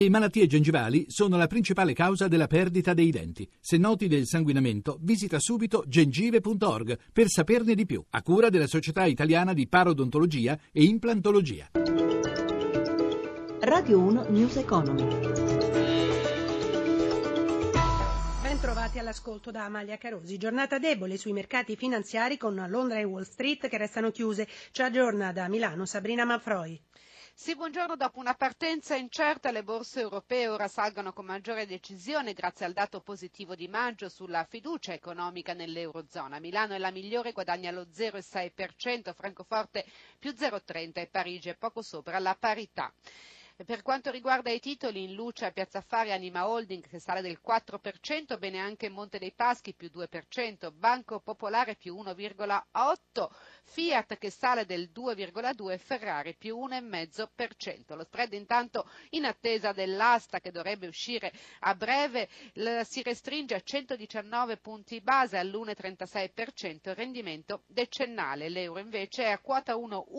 Le malattie gengivali sono la principale causa della perdita dei denti. Se noti del sanguinamento, visita subito gengive.org per saperne di più, a cura della Società Italiana di Parodontologia e Implantologia. Radio 1 News Economy. Ben trovati all'ascolto da Amalia Carosi. Giornata debole sui mercati finanziari con Londra e Wall Street che restano chiuse. Ci aggiorna da Milano Sabrina Manfroi. Sì, buongiorno. Dopo una partenza incerta, le borse europee ora salgono con maggiore decisione grazie al dato positivo di maggio sulla fiducia economica nell'Eurozona. Milano è la migliore, guadagna lo 0,6%, Francoforte più 0,30% e Parigi è poco sopra la parità. Per quanto riguarda i titoli, in luce Piazza Affari Anima Holding che sale del 4%, bene anche Monte dei Paschi più 2%, Banco Popolare più 1,8%, Fiat che sale del 2,2% e Ferrari più 1,5%. Lo spread intanto in attesa dell'asta che dovrebbe uscire a breve si restringe a 119 punti base all'1,36%, il rendimento decennale. L'euro invece è a quota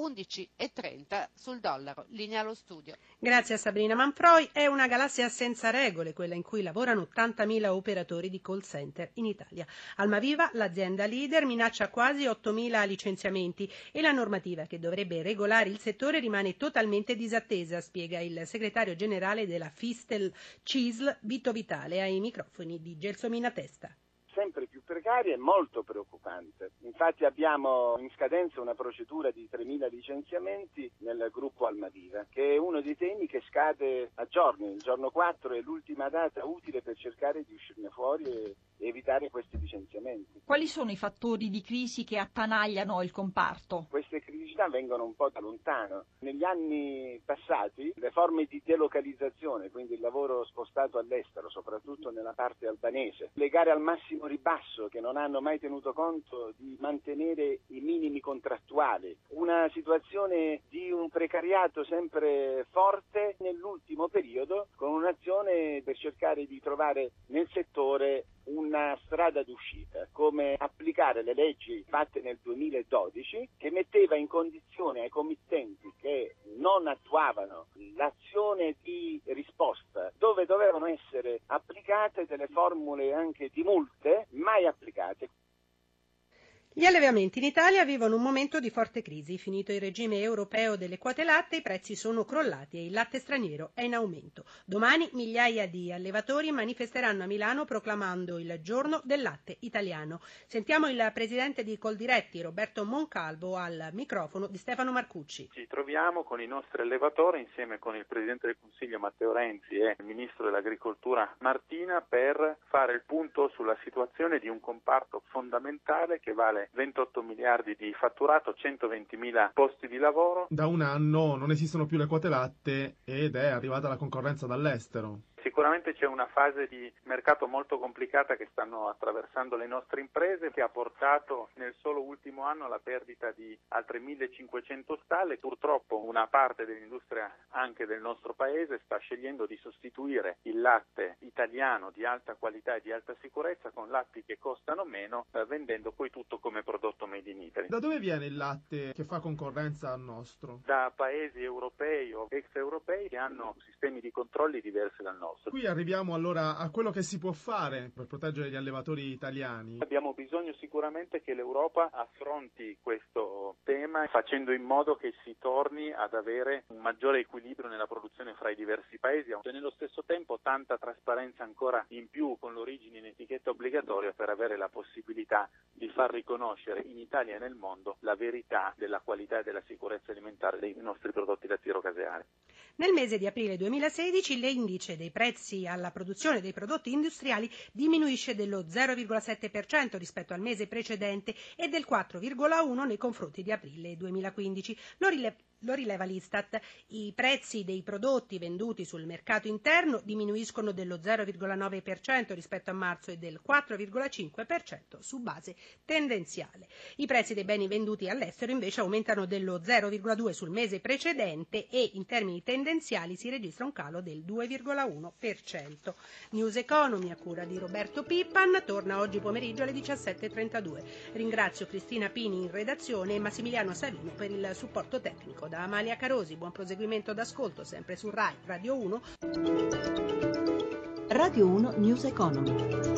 1,1130 sul dollaro. Linea allo studio. Grazie a Sabrina Manfroi. È una galassia senza regole quella in cui lavorano 80.000 operatori di call center in Italia. Almaviva, l'azienda leader, minaccia quasi 8.000 licenziamenti e la normativa che dovrebbe regolare il settore rimane totalmente disattesa, spiega il segretario generale della Fistel CISL, Vito Vitale, ai microfoni di Gelsomina Testa. Sempre più precaria e molto preoccupante. Infatti abbiamo in scadenza una procedura di 3.000 licenziamenti nel gruppo Almaviva, che è uno dei temi che scade a giorni. Il giorno 4 è l'ultima data utile per cercare di uscirne fuori e evitare questi licenziamenti. Quali sono i fattori di crisi che attanagliano il comparto? Queste criticità vengono un po' da lontano. Negli anni passati le forme di delocalizzazione, quindi il lavoro spostato all'estero, soprattutto nella parte albanese, le gare al massimo ribasso che non hanno mai tenuto conto di mantenere i minimi contrattuali, una situazione di un precariato sempre forte nell'ultimo periodo, con un'azione per cercare di trovare nel settore una strada d'uscita, come applicare le leggi fatte nel 2012 che metteva in condizione ai committenti che non attuavano l'azione di risposta, dove dovevano essere applicate delle formule anche di multe mai applicate. Gli allevamenti in Italia vivono un momento di forte crisi. Finito il regime europeo delle quote latte, i prezzi sono crollati e il latte straniero è in aumento. Domani migliaia di allevatori manifesteranno a Milano proclamando il giorno del latte italiano. Sentiamo il presidente di Coldiretti, Roberto Moncalvo, al microfono di Stefano Marcucci. Ci troviamo con i nostri allevatori insieme con il Presidente del Consiglio Matteo Renzi e il Ministro dell'Agricoltura Martina per fare il punto sulla situazione di un comparto fondamentale che vale 28 miliardi di fatturato, 120.000 posti di lavoro. Da un anno non esistono più le quote latte ed è arrivata la concorrenza dall'estero. Sicuramente c'è una fase di mercato molto complicata che stanno attraversando le nostre imprese, che ha portato nel solo ultimo anno alla perdita di altre 1.500 stalle. Purtroppo una parte dell'industria anche del nostro paese sta scegliendo di sostituire il latte italiano di alta qualità e di alta sicurezza con latti che costano meno, vendendo poi tutto come prodotto made in Italy. Da dove viene il latte che fa concorrenza al nostro? Da paesi europei o extraeuropei che hanno sistemi di controlli diversi dal nostro. Qui arriviamo allora a quello che si può fare per proteggere gli allevatori italiani. Abbiamo bisogno sicuramente che l'Europa affronti questo tema facendo in modo che si torni ad avere un maggiore equilibrio nella produzione fra i diversi paesi e nello stesso tempo tanta trasparenza ancora in più con l'origine in etichetta obbligatoria per avere la possibilità di far riconoscere in Italia e nel mondo la verità della qualità e della sicurezza alimentare dei nostri prodotti lattiero-caseari. Nel mese di aprile 2016 l'indice dei prezzi alla produzione dei prodotti industriali diminuisce dello 0,7% rispetto al mese precedente e del 4,1% nei confronti di aprile 2015. Lo rileva l'Istat. I prezzi dei prodotti venduti sul mercato interno diminuiscono dello 0,9% rispetto a marzo e del 4,5% su base tendenziale. I prezzi dei beni venduti all'estero invece aumentano dello 0,2% sul mese precedente e in termini tendenziali si registra un calo del 2,1%. News Economy a cura di Roberto Pippan torna oggi pomeriggio alle 17.32. Ringrazio Cristina Pini in redazione e Massimiliano Savino per il supporto tecnico. da Amalia Carosi. Buon proseguimento d'ascolto sempre su Rai Radio 1. Radio 1 News Economy.